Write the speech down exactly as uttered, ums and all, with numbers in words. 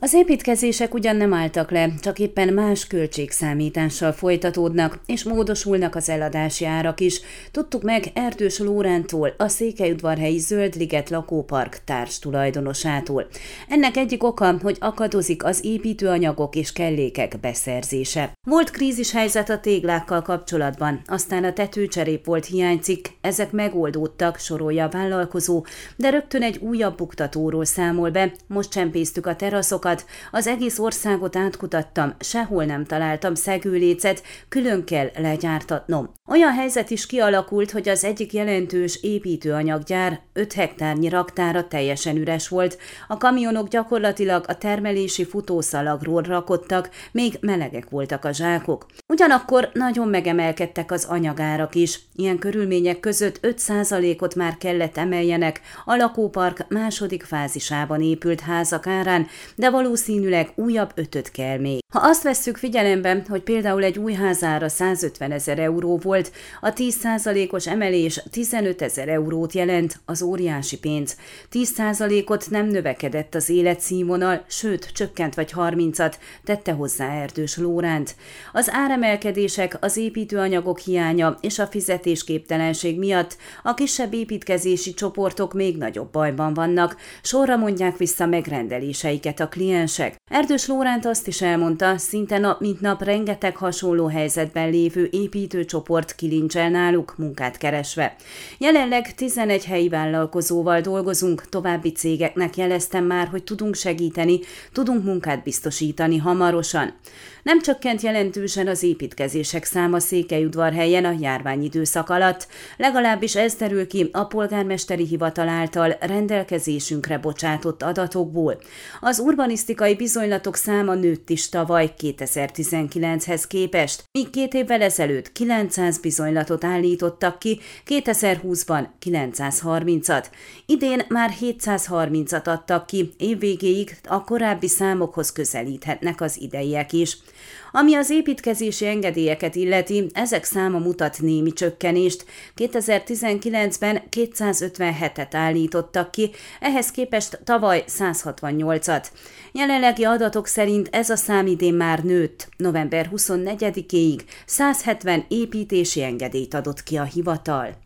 Az építkezések ugyan nem álltak le, csak éppen más költségszámítással folytatódnak, és módosulnak az eladási árak is. Tudtuk meg Erdős Lórántól, a Székelyudvarhelyi Zöldliget lakópark társtulajdonosától. Ennek egyik oka, hogy akadozik az építőanyagok és kellékek beszerzése. Volt krízishelyzet a téglákkal kapcsolatban, aztán a tetőcserép volt hiánycikk, ezek megoldódtak, sorolja a vállalkozó, de rögtön egy újabb buktatóról számol be, most csempésztük a teraszokat, az egész országot átkutattam, sehol nem találtam szegőlécet, külön kell legyártatnom. Olyan helyzet is kialakult, hogy az egyik jelentős építőanyaggyár öt hektárnyi raktára teljesen üres volt, a kamionok gyakorlatilag a termelési futószalagról rakodtak, még melegek voltak a zsákok. Ugyanakkor nagyon megemelkedtek az anyagárak is, ilyen körülmények között öt százalékot már kellett emeljenek a lakópark második fázisában épült házak árán, de valószínűleg újabb ötöt kell még. Ha azt vesszük figyelembe, hogy például egy új házára százötvenezer euró volt, a tíz százalékos emelés tizenötezer eurót jelent, az óriási pénz. tíz százalékot nem növekedett az életszínvonal, sőt, csökkent vagy harmincat, tette hozzá Erdős Lóránt. Az áremelkedések, az építőanyagok hiánya és a fizetésképtelenség miatt a kisebb építkezési csoportok még nagyobb bajban vannak, sorra mondják vissza megrendeléseiket a kliensek. Erdős Lóránt azt is elmondta, szinte nap mint nap rengeteg hasonló helyzetben lévő építőcsoport kilincsel náluk munkát keresve. Jelenleg tizenegy helyi vállalkozóval dolgozunk, további cégeknek jeleztem már, hogy tudunk segíteni, tudunk munkát biztosítani hamarosan. Nem csökkent jelentősen az építkezések száma Székelyudvarhelyen a járványidőszak alatt, legalábbis ez derül ki a polgármesteri hivatal által rendelkezésünkre bocsátott adatokból. Az urbanisztikai bizonylatok száma nőtt is tavaly kétezer-tizenkilenchez képest, míg két évvel ezelőtt kilencszáz bizonylatot állítottak ki, kétezer-húszban kilencszázharmincat. Idén már hétszázharmincat adtak ki, évvégéig a korábbi számokhoz közelíthetnek az ideiek is. Ami az építkezési engedélyeket illeti, ezek száma mutat némi csökkenést. kétezer-tizenkilencben kétszázötvenhetet állítottak ki, ehhez képest tavaly százhatvannyolcat. Jelenlegi adatok szerint ez a szám idén már nőtt. november huszonnegyedikéig százhetven építési engedélyt adott ki a hivatal.